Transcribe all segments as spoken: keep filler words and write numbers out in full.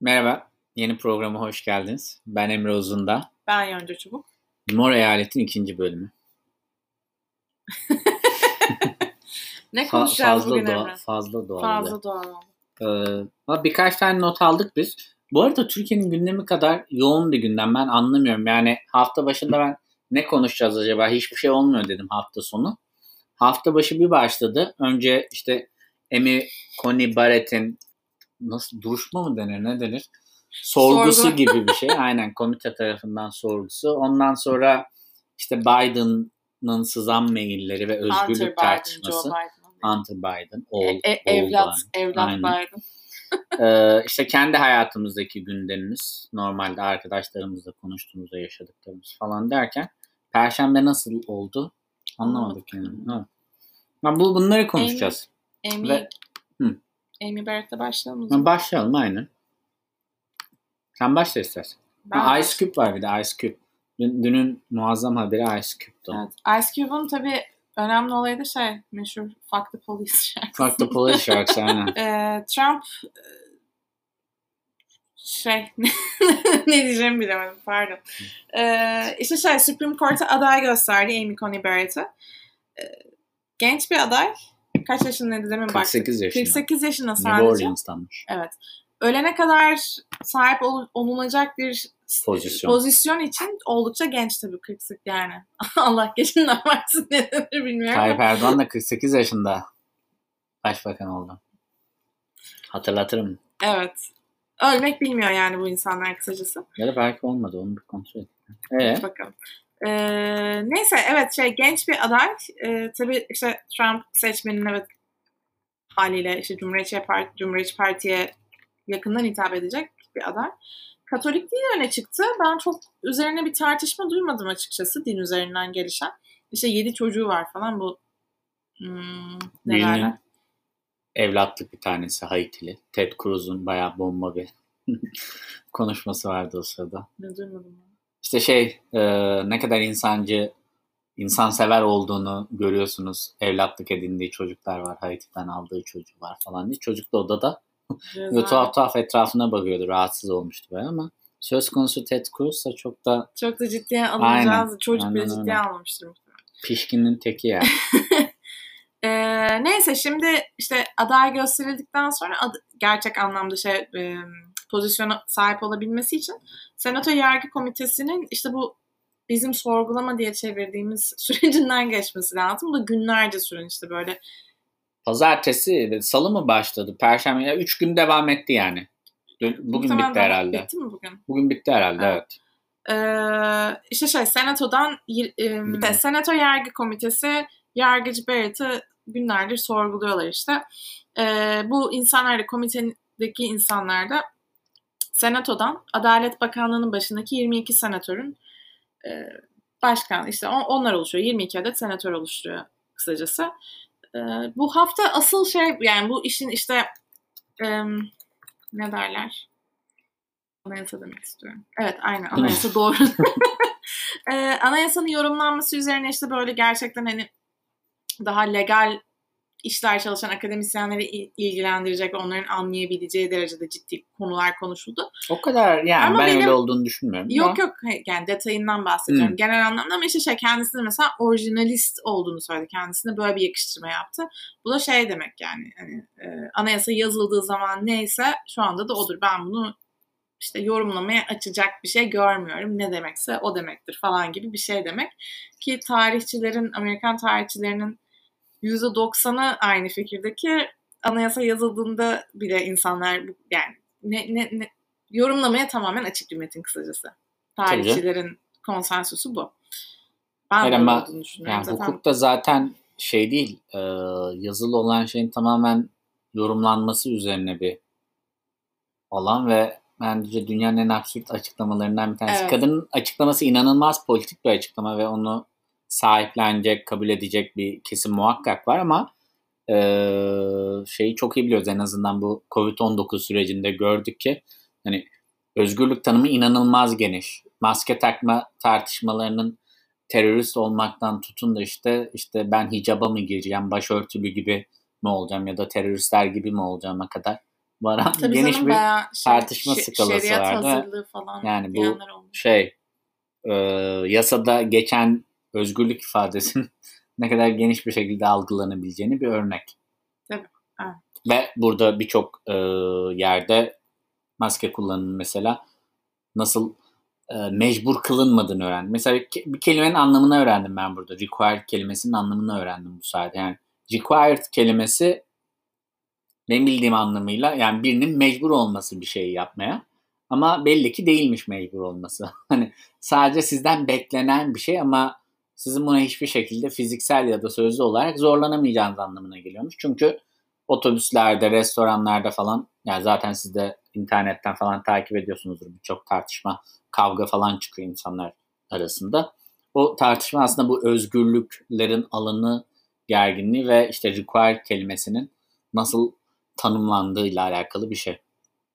Merhaba, yeni programa hoş geldiniz. Ben Emre Uzundağ. Ben Yonca Çubuk. Mor Eyalet'in ikinci bölümü. Ne konuşacağız Fa- bugün doğa, Emre? Fazla doğal. Fazla doğal. Ee, birkaç tane not aldık biz. Bu arada Türkiye'nin gündemi kadar yoğun bir gündem. Ben anlamıyorum. Yani hafta başında ben ne konuşacağız acaba? Hiçbir şey olmuyor dedim hafta sonu. Hafta başı bir başladı. Önce işte Amy Coney Barrett'in nasıl duruşma mı denir, ne denir? Sorgusu Sorgu. gibi bir şey. Aynen, komite tarafından sorgusu. Ondan sonra işte Biden'ın sızan mailleri ve özgürlük Hunter tartışması. Biden, Joe Biden. Hunter Biden. Oğul, e, e, evlat, evlat Biden. ee, işte kendi hayatımızdaki gündemimiz. Normalde arkadaşlarımızla konuştuğumuzda yaşadıklarımız falan derken Perşembe nasıl oldu? Anlamadık yani. Evet. Yani bu, bunları konuşacağız. Amy, Amy, ve, hı. Amy Barrett'le başlayalım mı? Başlayalım aynen. Sen başla istersen. Ha, Ice Cube var bir de Ice Cube. Dün, dünün muazzam haberi Ice Cube'du. Evet. Ice Cube'un tabii önemli olayı da şey, meşhur Fuck the Police şarkısı. Fuck the Police şarkısı aynen. ee, Trump şey ne diyeceğimi bilemedim, pardon. Ee, işte şey, Supreme Court'a aday gösterdi Amy Coney Barrett'ı. Ee, genç bir aday. Kaç yaşındaydı demin baktık. kırk sekiz yaşında. kırk sekiz yaşında sadece. New Orleans'tanmış. Evet. Ölene kadar sahip ol, olunacak bir pozisyon. pozisyon için oldukça genç tabii, kırk sekiz yani. Allah geçinden versin, ne denir bilmiyorum. Tayyip Erdoğan da kırk sekiz yaşında başbakan oldu. Hatırlatırım. Evet. Ölmek bilmiyor yani bu insanlar kısacası. Ya da belki olmadı, onu bir kontrol edelim. Evet. Bakalım. Ee, neyse evet şey, genç bir aday. Ee, tabii işte Trump seçmenin evet haliyle işte Cumhuriyetçi Parti, Cumhuriyetçi Parti'ye yakından hitap edecek bir aday. Katolik değil öne çıktı. Ben çok üzerine bir tartışma duymadım açıkçası, din üzerinden gelişen. İşte yedi çocuğu var falan, bu hmm, ne derler? Evlatlık bir tanesi Haitili. Ted Cruz'un bayağı bomba bir konuşması vardı o sırada. Ne duymadım ben. İşte şey e, ne kadar insancı, insansever olduğunu görüyorsunuz. Evlatlık edindiği çocuklar var. Haiti'den aldığı çocuğu var falan diye. Çocuk da odada ve tuhaf tuhaf etrafına bakıyordu. Rahatsız olmuştu böyle ama söz konusu Ted Cruz'sa çok da çok da ciddiye alınacağız. Çocuk aynen bile ciddiye almamıştır muhtemelen. Pişkinin teki yani. ee, neyse şimdi işte aday gösterildikten sonra ad, gerçek anlamda şey e, pozisyona sahip olabilmesi için Senato Yargı Komitesi'nin işte bu bizim sorgulama diye çevirdiğimiz sürecinden geçmesi lazım. Bu da günlerce süren işte böyle. Pazartesi, salı mı başladı? Perşembe, ya üç gün devam etti yani. Bugün Muhtemelen bitti herhalde. Bitti mi bugün? Bugün bitti herhalde, evet. evet. Ee, işte şey, Senato'dan e, Senato Yargı Komitesi Yargıcı Barrett'ı günlerdir sorguluyorlar işte. Ee, bu insanlar da, komitedeki insanlar da Senato'dan Adalet Bakanlığı'nın başındaki yirmi iki senatörün e, başkan, işte onlar oluşuyor. yirmi iki adet senatör oluşturuyor kısacası. Ee, bu hafta asıl şey, yani bu işin işte e, ne derler? Anayasa demek istiyorum. Evet, aynen, anayasa doğru. ee, anayasanın yorumlanması üzerine işte böyle gerçekten hani daha legal işler çalışan akademisyenleri ilgilendirecek ve onların anlayabileceği derecede ciddi konular konuşuldu. O kadar yani, ama ben benim, öyle olduğunu düşünmüyorum. Yok yok, yani detayından bahsediyorum. Hmm. Genel anlamda, ama işte şey, kendisinin mesela orijinalist olduğunu söyledi. Kendisine böyle bir yakıştırma yaptı. Bu da şey demek yani, hani, e, anayasa yazıldığı zaman neyse şu anda da odur. Ben bunu işte yorumlamaya açacak bir şey görmüyorum. Ne demekse o demektir falan gibi bir şey demek. Ki tarihçilerin, Amerikan tarihçilerinin yüzde doksanı aynı fikirdeki, anayasa yazıldığında bile insanlar yani ne, ne, ne, yorumlamaya tamamen açık bir metin kısacası. Tarihçilerin konsensusu bu. Ben de olduğunu düşünüyorum. Yani zaten. Hukukta zaten şey değil, e, yazılı olan şeyin tamamen yorumlanması üzerine bir alan ve bence dünyanın en absürt açıklamalarından bir tanesi. Evet. Kadının açıklaması inanılmaz politik bir açıklama ve onu sahiplenecek, kabul edecek bir kesim muhakkak var ama e, şeyi çok iyi biliyoruz, en azından bu covid on dokuz sürecinde gördük ki hani özgürlük tanımı inanılmaz geniş. Maske takma tartışmalarının terörist olmaktan tutun da işte işte ben hicaba mı gireceğim, başörtülü gibi mi olacağım ya da teröristler gibi mi olacağıma kadar varan Tabii geniş canım, bir bayağı tartışma şey, skalası şeriat vardı. hazırlığı falan Yani bu diyenler olmuş. şey e, yasada geçen özgürlük ifadesinin ne kadar geniş bir şekilde algılanabileceğini bir örnek. Tabii. Evet. Ve burada birçok e, yerde maske kullanımı mesela nasıl e, mecbur kılınmadığını öğrendim. Mesela bir kelimenin anlamını öğrendim ben burada. Required kelimesinin anlamını öğrendim bu sayede. Yani required kelimesi benim bildiğim anlamıyla yani birinin mecbur olması bir şeyi yapmaya. Ama belli ki değilmiş mecbur olması. Hani sadece sizden beklenen bir şey ama sizin buna hiçbir şekilde fiziksel ya da sözlü olarak zorlanamayacağınız anlamına geliyormuş. Çünkü otobüslerde, restoranlarda falan yani zaten siz de internetten falan takip ediyorsunuzdur. Birçok tartışma, kavga falan çıkıyor insanlar arasında. O tartışma aslında bu özgürlüklerin alanı gerginliği ve işte required kelimesinin nasıl tanımlandığıyla alakalı bir şey.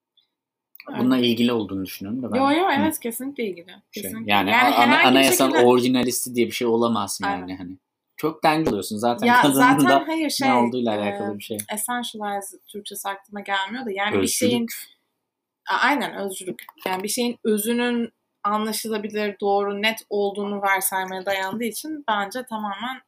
Bununla Aynen. ilgili olduğunu düşünüyorum da ben. Yo yo evet, Hı. kesinlikle ilgili. Şey, Kesinlikle. yani, yani ana, anayasanın şekilde... orijinalisti diye bir şey olamazsın yani. Aynen. Hani. Çok denge oluyorsun. Zaten ya, kadının zaten da hayır, şey, ne olduğuyla e, alakalı bir şey. Essentialize Türkçesi aklıma gelmiyor da yani özgürlük. Bir şeyin aynen özgürlük. Yani bir şeyin özünün anlaşılabilir, doğru, net olduğunu varsaymaya dayandığı için bence tamamen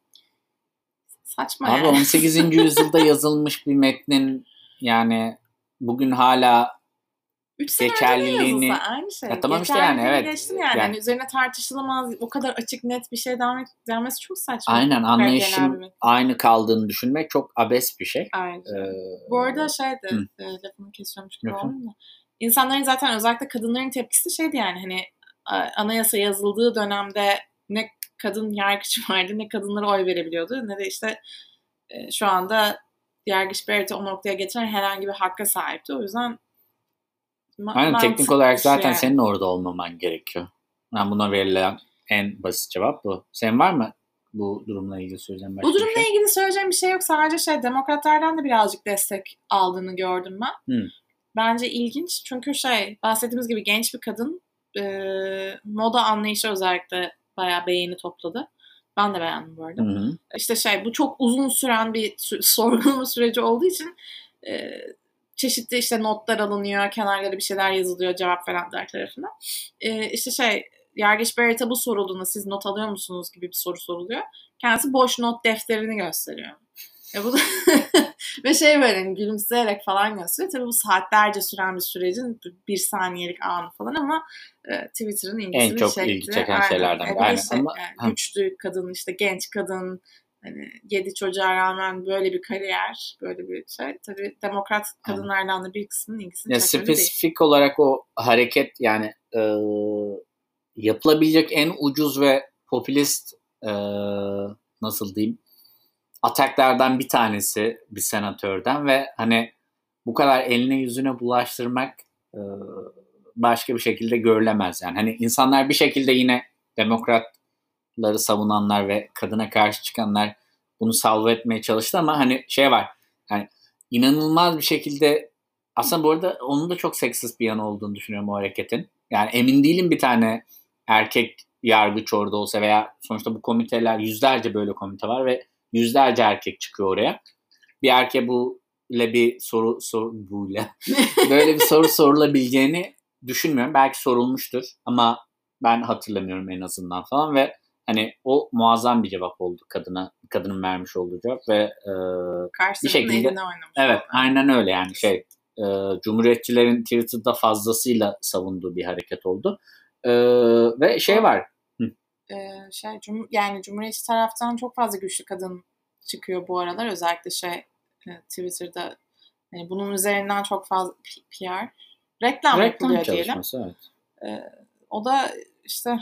saçma Abi yani. on sekizinci yüzyılda yazılmış bir metnin yani bugün hala üç sene geçerliliğini... önce de yazılsa aynı şey. Ya tamam işte yani evet. Geçtim yani. yani. yani üzerine tartışılamaz, o kadar açık net bir şey denmesi çok saçma. Aynen, anlayışın aynı kaldığını düşünmek çok abes bir şey. Aynen. Ee, Bu arada şeydi, e, lafını kesiyormuş gibi oldum da. İnsanların zaten özellikle kadınların tepkisi şeydi yani hani anayasa yazıldığı dönemde ne kadın yargıç vardı ne kadınlara oy verebiliyordu ne de işte e, şu anda yargıç Barrett'i o noktaya getiren herhangi bir hakka sahipti. O yüzden Ma- Aynen, teknik olarak zaten yani. senin orada olmaman gerekiyor. Yani buna verilen en basit cevap bu. Senin var mı bu durumla ilgili söyleyeceğim başka Bu durumla bir şey? ilgili söyleyeceğim bir şey yok. Sadece şey, demokratlardan da birazcık destek aldığını gördüm ben. Hmm. Bence ilginç. Çünkü şey, bahsettiğimiz gibi genç bir kadın. E, moda anlayışı özellikle bayağı beğeni topladı. Ben de beğendim bu arada. Hı hı. İşte şey, bu çok uzun süren bir sü- sorgulama süreci olduğu için e, çeşitli işte notlar alınıyor, kenarlara bir şeyler yazılıyor cevap verenler tarafından. E, işte şey, Yargıç Barrett'a bu sorulduğunda siz not alıyor musunuz gibi bir soru soruluyor. Kendisi boş not defterini gösteriyor. E bu da ve şey böyle hani gülümseyerek falan gösteriyor. Tabii bu saatlerce süren bir sürecin bir saniyelik anı falan ama e, Twitter'ın ilgisini en çok çekti. ilgi çeken Aynen. şeylerden biri. E, Aynen. şey, Ama, yani güçlü kadın, işte genç kadın, hani yedi çocuğa rağmen böyle bir kariyer, böyle bir şey. Tabii demokrat kadınlardan da bir kısmının ilgisini ya çekmedi değil. spesifik olarak o hareket yani e, yapılabilecek en ucuz ve popülist e, nasıl diyeyim ataklardan bir tanesi bir senatörden ve hani bu kadar eline yüzüne bulaştırmak e, başka bir şekilde görülemez yani. Hani insanlar bir şekilde yine demokratları savunanlar ve kadına karşı çıkanlar bunu salvo etmeye çalıştı ama hani şey var yani inanılmaz bir şekilde aslında bu arada onun da çok seksist bir yanı olduğunu düşünüyorum o hareketin. Yani emin değilim bir tane erkek yargıç orada olsa veya sonuçta bu komiteler yüzlerce böyle komite var ve yüzlerce erkek çıkıyor oraya. Bir erkeğe bu ile bir soru sor buyla böyle bir soru sorulabileceğini düşünmüyorum. Belki sorulmuştur ama ben hatırlamıyorum en azından falan ve hani o muazzam bir cevap oldu kadına, kadının vermiş olduğu cevap ve e, bir şekilde evet aynen öyle yani şey e, Cumhuriyetçilerin Twitter'da fazlasıyla savunduğu bir hareket oldu e, ve şey var Ee, şey cum yani Cumhuriyetçi taraftan çok fazla güçlü kadın çıkıyor bu aralar, özellikle şey e, Twitter'da yani bunun üzerinden çok fazla P R reklam, reklam yapılıyor diyelim. Evet. Ee, o da işte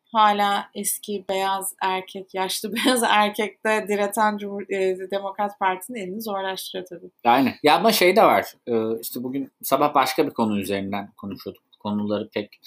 hala eski beyaz erkek, yaşlı beyaz erkekte direten Cumhur e, Demokrat Parti'nin elini zorlaştırıyor tabii. Aynen. Ya ama şey de var. E, işte bugün sabah başka bir konu üzerinden konuşuyorduk. Konuları pek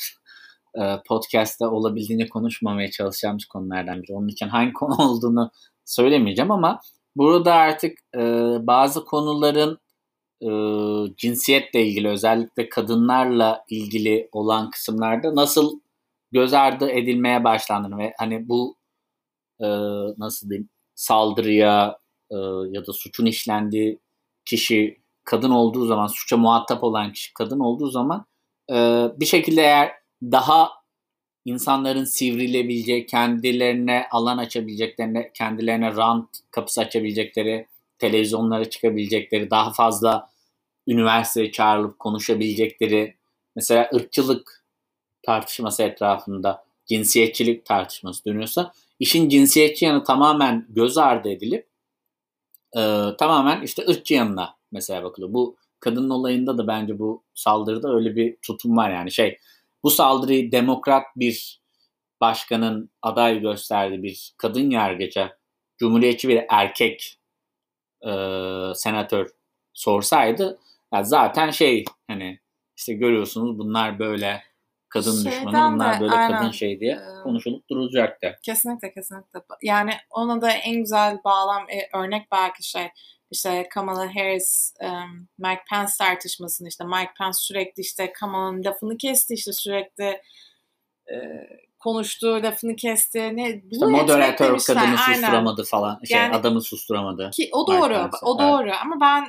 podcast'ta olabildiğince konuşmamaya çalışacağımız konulardan biri. Onun için hangi konu olduğunu söylemeyeceğim ama burada artık e, bazı konuların e, cinsiyetle ilgili özellikle kadınlarla ilgili olan kısımlarda nasıl göz ardı edilmeye başlandığını ve hani bu e, nasıl diyeyim saldırıya e, ya da suçun işlendiği kişi kadın olduğu zaman, suça muhatap olan kişi kadın olduğu zaman e, bir şekilde eğer daha insanların sivrilebileceği, kendilerine alan açabileceklerine, kendilerine rant kapısı açabilecekleri, televizyonlara çıkabilecekleri, daha fazla üniversiteye çağrılıp konuşabilecekleri, mesela ırkçılık tartışması etrafında cinsiyetçilik tartışması dönüyorsa, işin cinsiyetçi yanı tamamen göz ardı edilip e, tamamen işte ırkçı yanına mesela bakılıyor. Bu kadının olayında da bence bu saldırıda öyle bir tutum var yani şey, bu saldırıyı demokrat bir başkanın aday gösterdiği bir kadın yargıca, cumhuriyetçi bir erkek e, senatör sorsaydı ya zaten şey hani işte görüyorsunuz bunlar böyle kadın Şeyden düşmanı, bunlar de, böyle aynen, kadın şey diye konuşulup durulacaktı. Kesinlikle kesinlikle. Yani ona da en güzel bağlam e, örnek belki şey işte Kamala Harris, um, Mike Pence tartışmasını işte Mike Pence sürekli işte Kamala'nın lafını kesti işte sürekli e, konuştuğu lafını kesti. Ne işte moderatör kadını susturamadı falan. Şey yani, adamı susturamadı. Ki o doğru. O doğru evet. Ama ben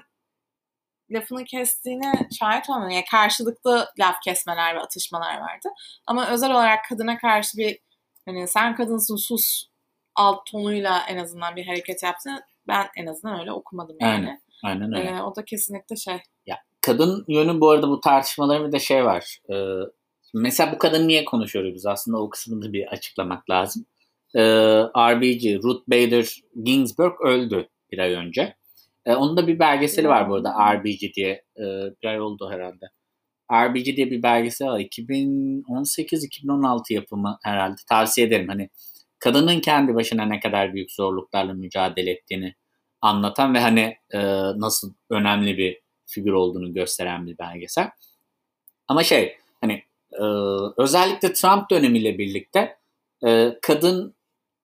lafını kestiğine şahit olmadım. Yani karşılıklı laf kesmeler ve atışmalar vardı. Ama özel olarak kadına karşı bir hani sen kadınsın sus alt tonuyla en azından bir hareket yaptığını ben en azından öyle okumadım yani. Aynen, aynen öyle. Ee, o da kesinlikle şey. Ya kadın yönü bu arada bu tartışmaların bir de şey var. Ee, mesela bu kadın niye konuşuyoruz biz? Aslında o kısmını bir açıklamak lazım. Ee, R B G, Ruth Bader Ginsburg öldü bir ay önce. Ee, onun da bir belgeseli var bu arada R B G diye. Ee, bir ay oldu herhalde. R B G diye bir belgesel var. iki bin on sekiz iki bin on altı yapımı herhalde. Tavsiye ederim. Hani kadının kendi başına ne kadar büyük zorluklarla mücadele ettiğini anlatan ve hani e, nasıl önemli bir figür olduğunu gösteren bir belgesel. Ama şey hani e, özellikle Trump dönemiyle birlikte e, kadın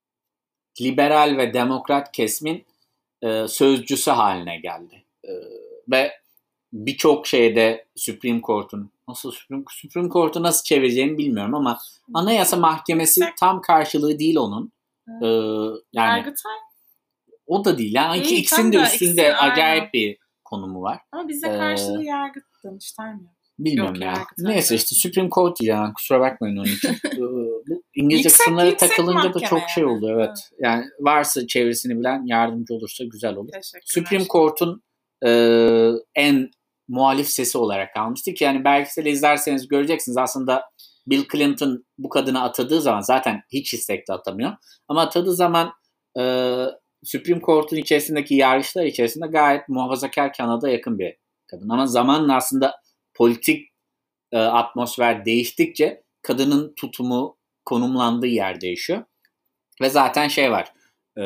liberal ve demokrat kesimin e, sözcüsü haline geldi. E, ve birçok şeyde Supreme Court'un nasıl Supreme, Supreme Court'u nasıl çevireceğini bilmiyorum ama Anayasa Mahkemesi tam karşılığı değil onun. Ee, yani Yargıtay? O da değil. Yani değil, ikisinin de üstünde ikisi, acayip aynen. Bir konumu var. Ama bizde karşılığı ee, yargı Danıştay mı? Bilmiyorum Yok, ya. Neyse işte Supreme Court yani kusura bakmayın onun için. Bu İngilizce kısımları takılınca da çok şey oldu. Evet. evet. Yani varsa çevirisini bilen yardımcı olursa güzel olur. Supreme Court'un e, en muhalif sesi olarak kalmıştı ki yani belgeseli izlerseniz göreceksiniz aslında Bill Clinton bu kadını atadığı zaman zaten hiç istekli atamıyor. Ama atadığı zaman e, Supreme Court'un içerisindeki yargıçlar içerisinde gayet muhafazakar kanada yakın bir kadın. Ama zamanla aslında politik e, atmosfer değiştikçe kadının tutumu, konumlandığı yer değişiyor. Ve zaten şey var. E,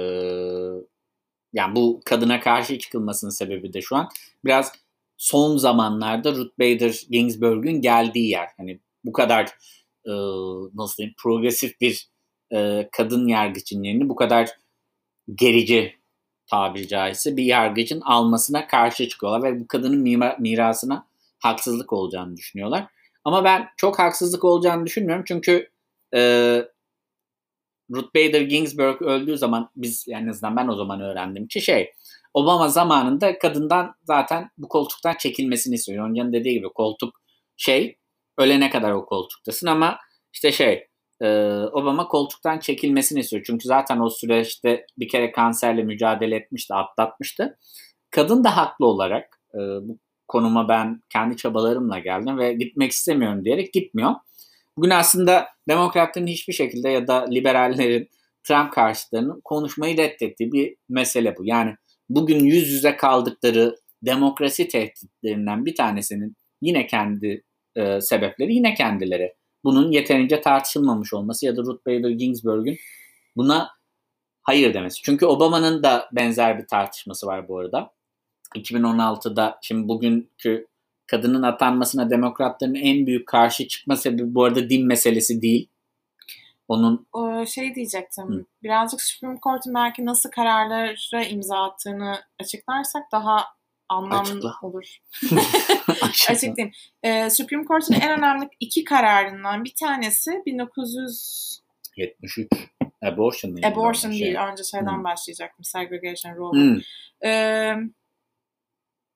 yani bu kadına karşı çıkılmasının sebebi de şu an biraz son zamanlarda Ruth Bader Ginsburg'un geldiği yer. Hani bu kadar e, nasıl diyeyim progresif bir e, kadın yargıcın yerini bu kadar gerici tabiri caizse bir yargıcın almasına karşı çıkıyorlar ve bu kadının mira- mirasına haksızlık olacağını düşünüyorlar. Ama ben çok haksızlık olacağını düşünmüyorum çünkü e, Ruth Bader Ginsburg öldüğü zaman biz yani en azından ben o zaman öğrendim ki şey Obama zamanında kadından zaten bu koltuktan çekilmesini istiyor. Yonca'nın dediği gibi koltuk şey ölene kadar o koltuktasın ama işte şey e, Obama koltuktan çekilmesini istiyor. Çünkü zaten o süreçte bir kere kanserle mücadele etmişti, atlatmıştı. Kadın da haklı olarak e, bu konuma ben kendi çabalarımla geldim ve gitmek istemiyorum diyerek gitmiyor. Bugün aslında demokratların hiçbir şekilde ya da liberallerin Trump karşıtlarının konuşmayı reddettiği bir mesele bu. Yani bugün yüz yüze kaldıkları demokrasi tehditlerinden bir tanesinin yine kendi e, sebepleri yine kendileri. Bunun yeterince tartışılmamış olması ya da Ruth Bader Ginsburg'un buna hayır demesi. Çünkü Obama'nın da benzer bir tartışması var bu arada. iki bin on altıda şimdi bugünkü kadının atanmasına demokratların en büyük karşı çıkma sebebi bu arada din meselesi değil. Onun o şey diyecektim. Hı. Birazcık Supreme Court'un belki nasıl kararlara imza attığını açıklarsak daha anlamlı Açıkla. olur. Açıklayayım. Ee, Supreme Court'un en önemli iki kararından bir tanesi bin dokuz yüz yetmiş üç Abortion değil. Abortion değil. Şey. Önce şeyden hmm. başlayacaktım. Segregation Rule. Hmm. Ee,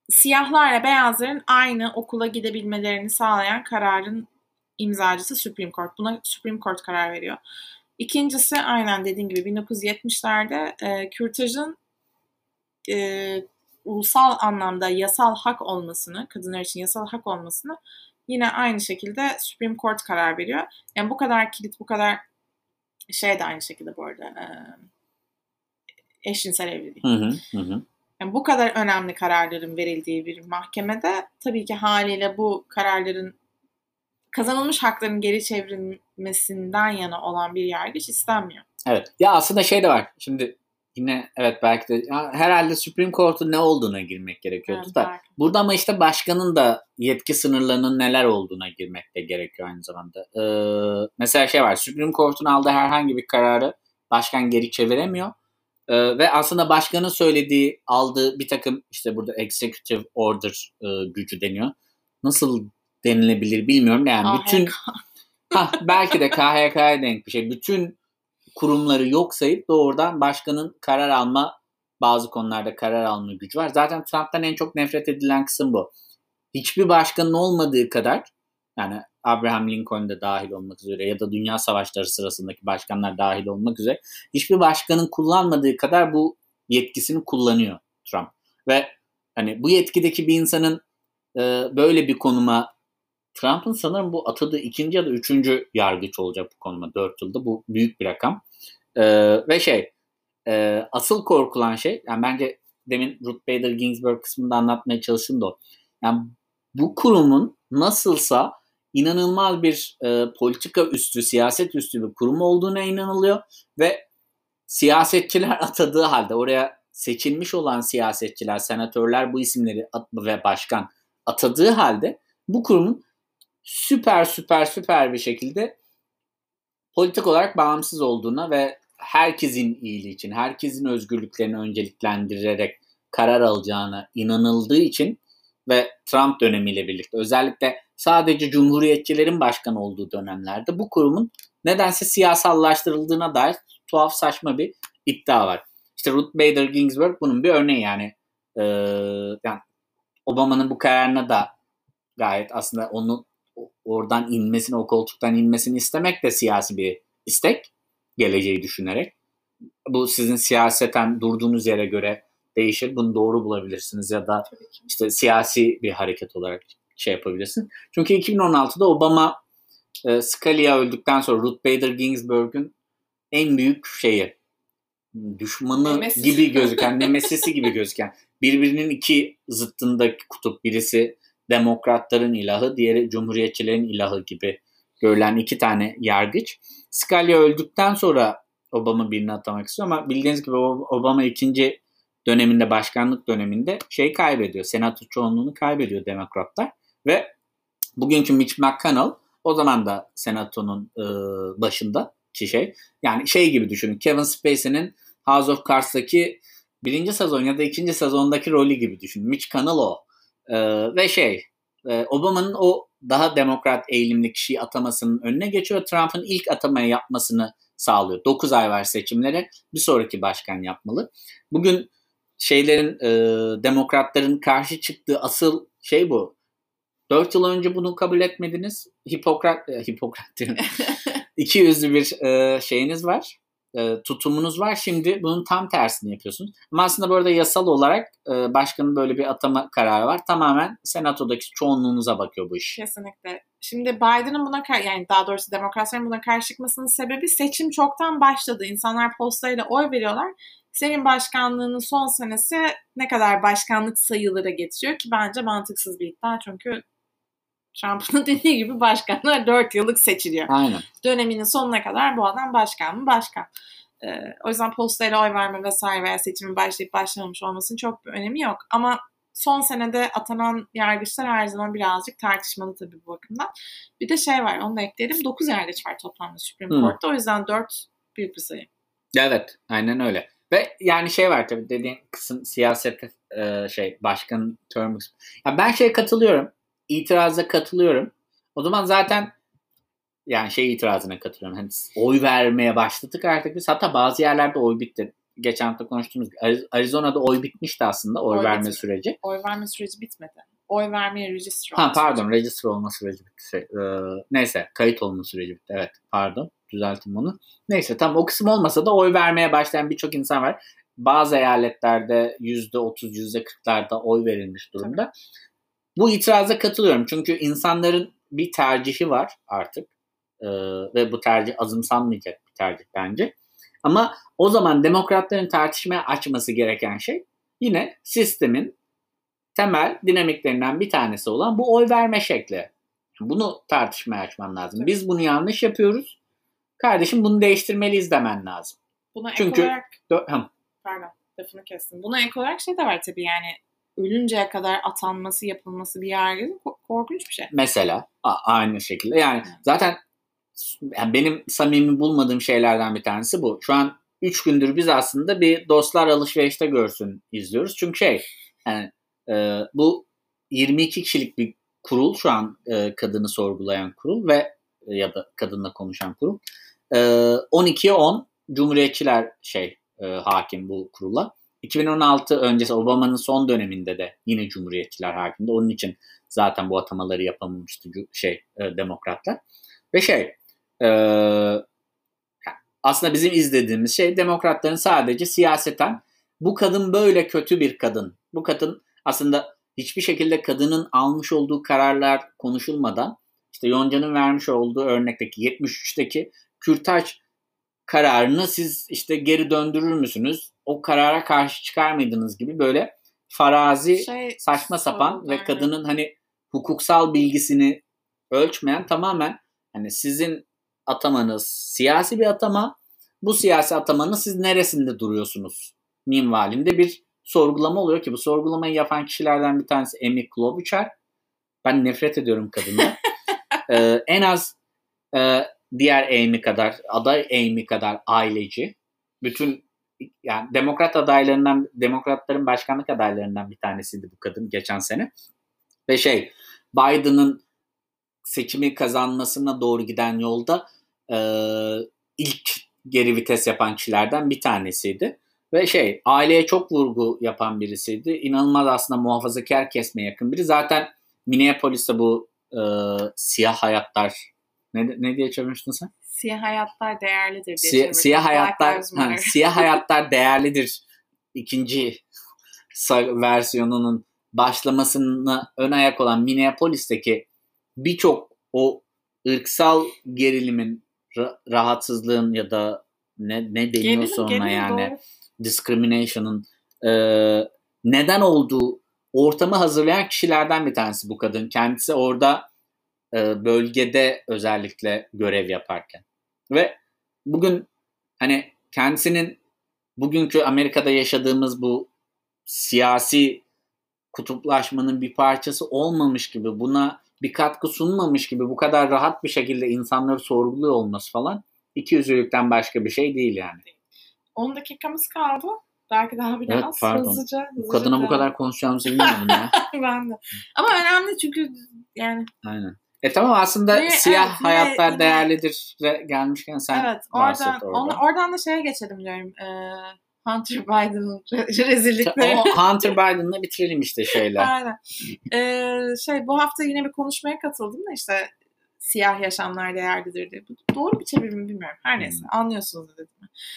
siyahlarla beyazların aynı okula gidebilmelerini sağlayan kararın imzacısı Supreme Court. Buna Supreme Court karar veriyor. İkincisi aynen dediğin gibi bin dokuz yüz yetmişlerde e, kürtajın e, ulusal anlamda yasal hak olmasını, kadınlar için yasal hak olmasını yine aynı şekilde Supreme Court karar veriyor. Yani bu kadar kilit, bu kadar şey de aynı şekilde bu arada e, eşcinsel evliliği. Hı hı, hı. Yani bu kadar önemli kararların verildiği bir mahkemede tabii ki haliyle bu kararların kazanılmış hakların geri çevrilmesinden yana olan bir yargıç istenmiyor. Evet. Ya aslında şey de var. Şimdi yine evet belki de ya herhalde Supreme Court'un ne olduğuna girmek gerekiyordu evet, da. Belki. Burada ama işte başkanın da yetki sınırlarının neler olduğuna girmek de gerekiyor aynı zamanda. Ee, mesela şey var. Supreme Court'un aldığı herhangi bir kararı başkan geri çeviremiyor. Ee, ve aslında başkanın söylediği, aldığı bir takım işte burada executive order e, gücü deniyor. Nasıl denilebilir bilmiyorum. Yani K H K. bütün ha belki de K H K'ya denk bir şey. Bütün kurumları yok sayıp doğrudan başkanın karar alma, bazı konularda karar alma gücü var. Zaten Trump'tan en çok nefret edilen kısım bu. Hiçbir başkanın olmadığı kadar, yani Abraham Lincoln de dahil olmak üzere ya da dünya savaşları sırasındaki başkanlar dahil olmak üzere hiçbir başkanın kullanmadığı kadar bu yetkisini kullanıyor Trump. Ve hani bu yetkideki bir insanın e, böyle bir konuma, Trump'ın sanırım bu atadığı ikinci ya da üçüncü yargıç olacak bu konuma dört yılda. Bu büyük bir rakam. Ee, ve şey e, asıl korkulan şey, yani bence demin Ruth Bader Ginsburg kısmında anlatmaya çalıştım da o. Yani bu kurumun nasılsa inanılmaz bir e, politika üstü, siyaset üstü bir kurum olduğuna inanılıyor ve siyasetçiler atadığı halde, oraya seçilmiş olan siyasetçiler, senatörler bu isimleri at- ve başkan atadığı halde bu kurumun süper süper süper bir şekilde politik olarak bağımsız olduğuna ve herkesin iyiliği için, herkesin özgürlüklerini önceliklendirerek karar alacağına inanıldığı için ve Trump dönemiyle birlikte özellikle sadece cumhuriyetçilerin başkan olduğu dönemlerde bu kurumun nedense siyasallaştırıldığına dair tuhaf saçma bir iddia var. İşte Ruth Bader Ginsburg bunun bir örneği yani. Ee, yani Obama'nın bu kararına da gayet aslında onu oradan inmesini, o koltuktan inmesini istemek de siyasi bir istek. Geleceği düşünerek. Bu sizin siyaseten durduğunuz yere göre değişir. Bunu doğru bulabilirsiniz ya da işte siyasi bir hareket olarak şey yapabilirsiniz. Çünkü iki bin on altıda Obama e, Scalia öldükten sonra Ruth Bader Ginsburg'un en büyük şeyi, düşmanı Nemesis. gibi gözüken, nemesisi gibi gözüken, birbirinin iki zıttındaki kutup, birisi demokratların ilahı, diğeri cumhuriyetçilerin ilahı gibi görülen iki tane yargıç. Scalia öldükten sonra Obama birini atamak istiyor ama bildiğiniz gibi Obama ikinci döneminde, başkanlık döneminde şey kaybediyor. Senato çoğunluğunu kaybediyor demokratlar ve bugünkü Mitch McConnell o zaman da senatonun e, başındaki şey. Yani şey gibi düşünün, Kevin Spacey'nin House of Cards'taki birinci sezon ya da ikinci sezondaki rolü gibi düşünün. Mitch McConnell o. E, ve şey e, Obama'nın o daha demokrat eğilimli kişiyi atamasının önüne geçiyor. Trump'ın ilk atamayı yapmasını sağlıyor. dokuz ay var seçimlere. Bir sonraki başkan yapmalı. Bugün şeylerin e, demokratların karşı çıktığı asıl şey bu. dört yıl önce bunu kabul etmediniz. Hipokrat, e, Hipokrat diyorum. İki yüzlü bir e, şeyiniz var. E, tutumunuz var. Şimdi bunun tam tersini yapıyorsunuz. Ama aslında bu arada yasal olarak e, başkanın böyle bir atama kararı var. Tamamen senatodaki çoğunluğunuza bakıyor bu iş. Kesinlikle. Şimdi Biden'ın buna karşı, yani daha doğrusu demokratların buna karşı çıkmasının sebebi seçim çoktan başladı. İnsanlar postayla oy veriyorlar. Senin başkanlığının son senesi ne kadar başkanlık sayıları getiriyor ki bence mantıksız bir iddia. Çünkü Trump'ın dediği gibi başkanlar dört yıllık seçiliyor. Aynen. Döneminin sonuna kadar bu adam başkan mı? Başkan. Ee, o yüzden postayla oy verme vesaire veya seçimin başlayıp başlamamış olmasının çok bir önemi yok. Ama son senede atanan yargıçlar her zaman birazcık tartışmalı tabii bu bakımdan. Bir de şey var, onu da ekleyelim. dokuz yargıç var toplamda Supreme hmm. Court'ta. O yüzden dört büyük bir sayı. Evet, aynen öyle. Ve yani şey var tabii dediğin kısım siyaset e, şey başkan term. Ya ben şeye katılıyorum. İtiraza katılıyorum. O zaman zaten yani şey itirazına katılıyorum. Hani oy vermeye başladık artık biz. Hatta bazı yerlerde oy bitti. geçen hafta konuştuğumuz gibi Arizona'da oy bitmişti aslında, oy, oy verme bitmedi. süreci. Oy verme süreci bitmedi. Oy vermeye register olma Ha pardon, süreci. register olma süreci bitti. Şey, e, neyse, kayıt olma süreci bitti. Evet, pardon. Düzelttim onu. Neyse, tam o kısım olmasa da oy vermeye başlayan birçok insan var. Bazı eyaletlerde yüzde otuz, yüzde kırklarda oy verilmiş durumda. Tabii. Bu itiraza katılıyorum. Çünkü insanların bir tercihi var artık. Ee, ve bu tercih azımsanmayacak bir tercih bence. Ama o zaman demokratların tartışmaya açması gereken şey yine sistemin temel dinamiklerinden bir tanesi olan bu oy verme şekli. Bunu tartışmaya açman lazım. Evet. Biz bunu yanlış yapıyoruz. Kardeşim bunu değiştirmeliyiz demen lazım. Buna Çünkü ek olarak... Dö- Pardon, lafını kestim. Buna ek olarak şey de var tabii, yani ölünceye kadar atanması, yapılması bir yargının korkunç bir şey. Mesela a- aynı şekilde. Yani evet. zaten yani benim samimi bulmadığım şeylerden bir tanesi bu. Şu an üç gündür biz aslında bir dostlar alışverişte görsün izliyoruz. Çünkü şey yani e, bu yirmi iki kişilik bir kurul şu an, e, kadını sorgulayan kurul ve e, ya da kadınla konuşan kurul. E, on ikiye on Cumhuriyetçiler şey e, hakim bu kurula. iki bin on altı öncesi Obama'nın son döneminde de yine Cumhuriyetçiler hakimdi. Onun için zaten bu atamaları yapamamıştı şey e, demokratlar. Ve şey e, aslında bizim izlediğimiz şey demokratların sadece siyaseten bu kadın böyle kötü bir kadın. Bu kadın aslında hiçbir şekilde kadının almış olduğu kararlar konuşulmadan, işte Yonca'nın vermiş olduğu örnekteki yetmiş üçteki kürtaj kararını siz işte geri döndürür müsünüz? O karara karşı çıkar mıydınız gibi böyle farazi, şey, saçma sapan ve kadının hani hukuksal bilgisini ölçmeyen, tamamen hani sizin atamanız siyasi bir atama, bu siyasi atamanın siz neresinde duruyorsunuz minvalinde bir sorgulama oluyor ki bu sorgulamayı yapan kişilerden bir tanesi Amy Klobuchar. Ben nefret ediyorum kadından. ee, en az e, diğer Amy kadar, aday Amy kadar aileci. Bütün yani demokrat adaylarından, demokratların başkanlık adaylarından bir tanesiydi bu kadın geçen sene. Ve şey Biden'ın seçimi kazanmasına doğru giden yolda e, ilk geri vites yapan kişilerden bir tanesiydi. Ve şey aileye çok vurgu yapan birisiydi. İnanılmaz aslında muhafazakar kesme yakın biri. Zaten Minneapolis'te bu e, siyah hayatlar ne, ne diye çevirmiştin sen? Siyah hayatlar değerlidir diye Si- çevirdim. Siyah hayatlar ha, siyah hayatlar değerlidir. İkinci versiyonunun başlamasına ön ayak olan Minneapolis'teki birçok o ırksal gerilimin, ra- rahatsızlığın ya da ne ne deniyorsa ona yani doğru. discrimination'ın e, neden olduğu ortamı hazırlayan kişilerden bir tanesi bu kadın. Kendisi orada e, bölgede özellikle görev yaparken. Ve bugün hani kendisinin bugünkü Amerika'da yaşadığımız bu siyasi kutuplaşmanın bir parçası olmamış gibi, buna bir katkı sunmamış gibi bu kadar rahat bir şekilde insanları sorguluyor olması falan ikiyüzlülükten başka bir şey değil yani. on dakikamız kaldı. Belki daha biraz evet, pardon. hızlıca. hızlıca bu kadına bu kadar konuşacağımızı bilmiyordum ya. Ben de. Ama önemli çünkü yani. Aynen. E tamam aslında ve, siyah evet, hayatlar yine, değerlidir ve gelmişken sen evet, oradan, oradan. oradan da şeye geçelim diyorum. Ee, Hunter Biden'ın rezillikleri. O Hunter Biden'la bitirelim işte şeyle. Aynen. Ee, şey bu hafta yine bir konuşmaya katıldım da işte siyah yaşamlar değerlidir diye. Doğru bir çevirimi bilmiyorum. Her neyse hmm. anlıyorsunuz dedim.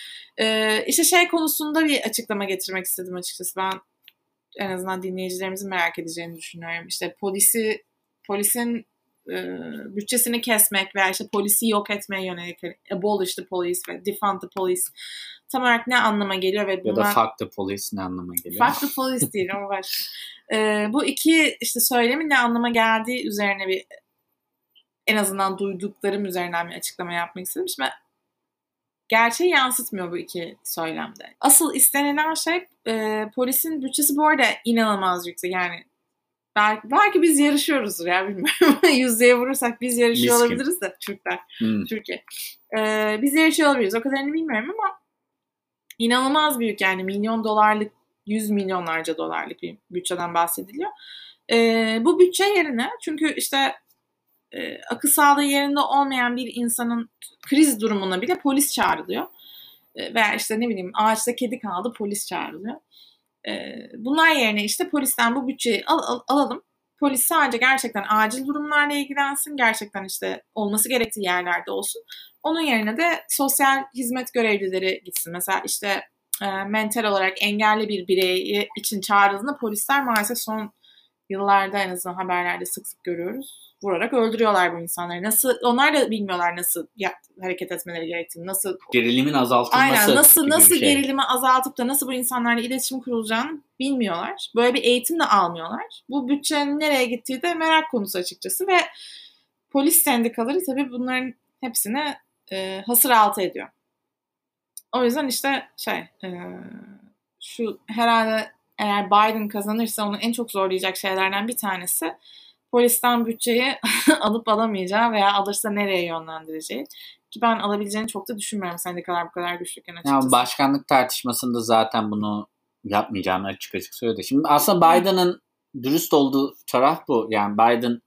Ee, işte şey konusunda bir açıklama getirmek istedim açıkçası. Ben en azından dinleyicilerimizin merak edeceğini düşünüyorum. İşte polisi polisin e, bütçesini kesmek veya işte polisi yok etmeye yönelik abolish the police ve defund the police tam olarak ne anlama geliyor ve bunlar... Ya da fuck the police ne anlama geliyor? Fuck the police değil ama başka. Ee, bu iki işte söylemin ne anlama geldiği üzerine bir en azından duyduklarım üzerinden bir açıklama yapmak istedim. Şimdi gerçeği yansıtmıyor bu iki söylemde. Asıl istenilen şey e, polisin bütçesi bu arada inanılmaz yüksek. Yani belki, belki biz yarışıyoruzdur ya bilmiyorum. Yüzdeye vurursak biz yarışıyor Miskin. olabiliriz de Türkler. Hmm. Türkiye. E, biz yarışıyor olabiliriz. O kadarını bilmiyorum ama inanılmaz büyük yani milyon dolarlık, yüz milyonlarca dolarlık bir bütçeden bahsediliyor. E, bu bütçe yerine çünkü işte e, akıl sağlığı yerinde olmayan bir insanın kriz durumuna bile polis çağrılıyor. Veya işte ne bileyim ağaçta kedi kaldı, polis çağrılıyor. Bunlar yerine işte polisten bu bütçeyi al, al, alalım. Polis sadece gerçekten acil durumlarla ilgilensin. Gerçekten işte olması gerektiği yerlerde olsun. Onun yerine de sosyal hizmet görevlileri gitsin. Mesela işte e, mental olarak engelli bir bireyi için çağrıldığında polisler maalesef son yıllarda en azından haberlerde sık sık görüyoruz. Vurarak öldürüyorlar bu insanları. Nasıl, onlar da bilmiyorlar nasıl ya, hareket etmeleri gerektiğini, nasıl gerilimin azaltılması aynen, nasıl gibi nasıl bir şey. gerilimi azaltıp da nasıl bu insanlarla iletişim kurulacağını bilmiyorlar. Böyle bir eğitim de almıyorlar. Bu bütçenin nereye gittiği de merak konusu açıkçası ve polis sendikaları tabii bunların hepsini e, hasır altı ediyor. O yüzden işte şey e, şu herhalde eğer Biden kazanırsa onu en çok zorlayacak şeylerden bir tanesi polisten bütçeyi alıp alamayacağı veya alırsa nereye yönlendireceği. Ki ben alabileceğini çok da düşünmüyorum sendikalar bu kadar güçlükken açıkçası. Yani başkanlık tartışmasında zaten bunu yapmayacağını açık açık söyledi. Şimdi aslında Biden'ın dürüst olduğu taraf bu. Yani Biden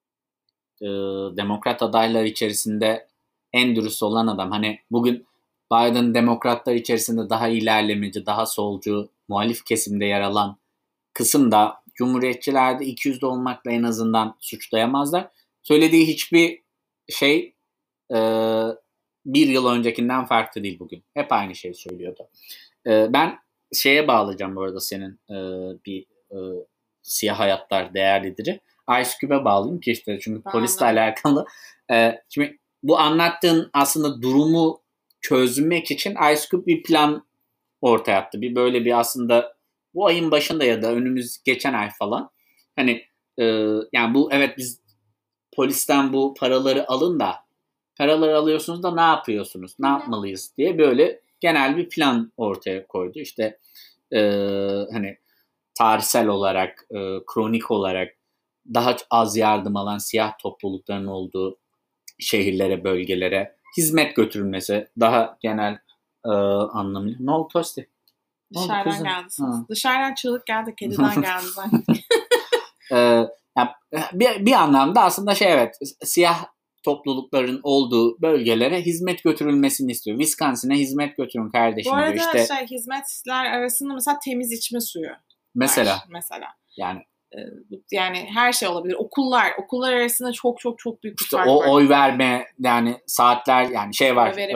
e, demokrat adaylar içerisinde en dürüst olan adam. Hani bugün Biden demokratlar içerisinde daha ilerlemeci, daha solcu, muhalif kesimde yer alan kısımda Cumhuriyetçilerde iki yüzde olmakla en azından suçlayamazlar. Söylediği hiçbir şey e, bir yıl öncekinden farklı değil bugün. Hep aynı şeyi söylüyordu. E, ben şeye bağlayacağım bu arada senin e, bir e, siyah hayatlar değerlidir'i. Ice Cube'e bağlayayım ki işte çünkü Bağlı. Polisle alakalı. E, şimdi bu anlattığın aslında durumu çözmek için Ice Cube bir plan ortaya attı. Bir böyle bir aslında bu ayın başında ya da önümüz geçen ay falan. Hani e, yani bu evet biz polisten bu paraları alın da paraları alıyorsunuz da ne yapıyorsunuz? Ne yapmalıyız diye böyle genel bir plan ortaya koydu. İşte e, hani tarihsel olarak, e, kronik olarak daha az yardım alan siyah toplulukların olduğu şehirlere, bölgelere hizmet götürülmesi daha genel e, anlamıyla. Ne oldu Tosti? Dışarıdan geldi ses. Dışarıdan çığlık geldi, kediden geldi zaten. ee, yani bir, bir anlamda aslında şey evet siyah toplulukların olduğu bölgelere hizmet götürülmesini istiyor. Wisconsin'e hizmet götürün kardeşim diyor. Bu arada işte, şey hizmetler arasında mesela temiz içme suyu. Mesela. Var, mesela. Yani. Yani her şey olabilir. Okullar. Okullar arasında çok çok çok büyük bir işte fark o var. Oy verme yani saatler yani şey var. E,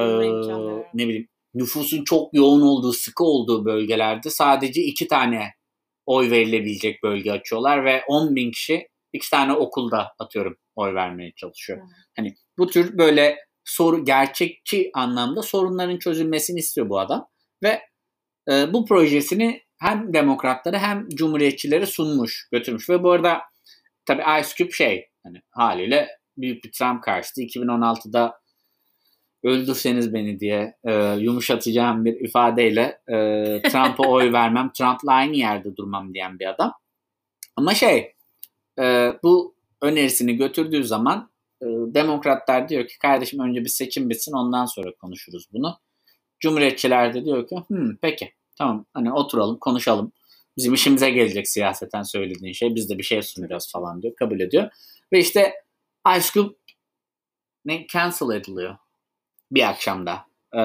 ne bileyim nüfusun çok yoğun olduğu, sıkı olduğu bölgelerde sadece iki tane oy verilebilecek bölge açıyorlar ve on bin kişi iki tane okulda atıyorum oy vermeye çalışıyor. Hmm. Hani bu tür böyle soru gerçekçi anlamda sorunların çözülmesini istiyor bu adam ve e, bu projesini hem demokratlara hem cumhuriyetçilere sunmuş, götürmüş ve bu arada tabii Ice Cube şey hani haliyle büyük bir Trump karşıtı. iki bin on altıda öldürseniz beni diye e, yumuşatacağım bir ifadeyle e, Trump'a oy vermem, Trump'la aynı yerde durmam diyen bir adam. Ama şey e, bu önerisini götürdüğü zaman e, demokratlar diyor ki kardeşim önce bir seçim bitsin ondan sonra konuşuruz bunu. Cumhuriyetçiler de diyor ki hmm, peki tamam hani oturalım konuşalım. Bizim işimize gelecek siyaseten söylediğin şey. Biz de bir şey sunacağız falan diyor. Kabul ediyor. Ve işte Ice Cube ne cancel ediliyor. Bir akşamda. Ee,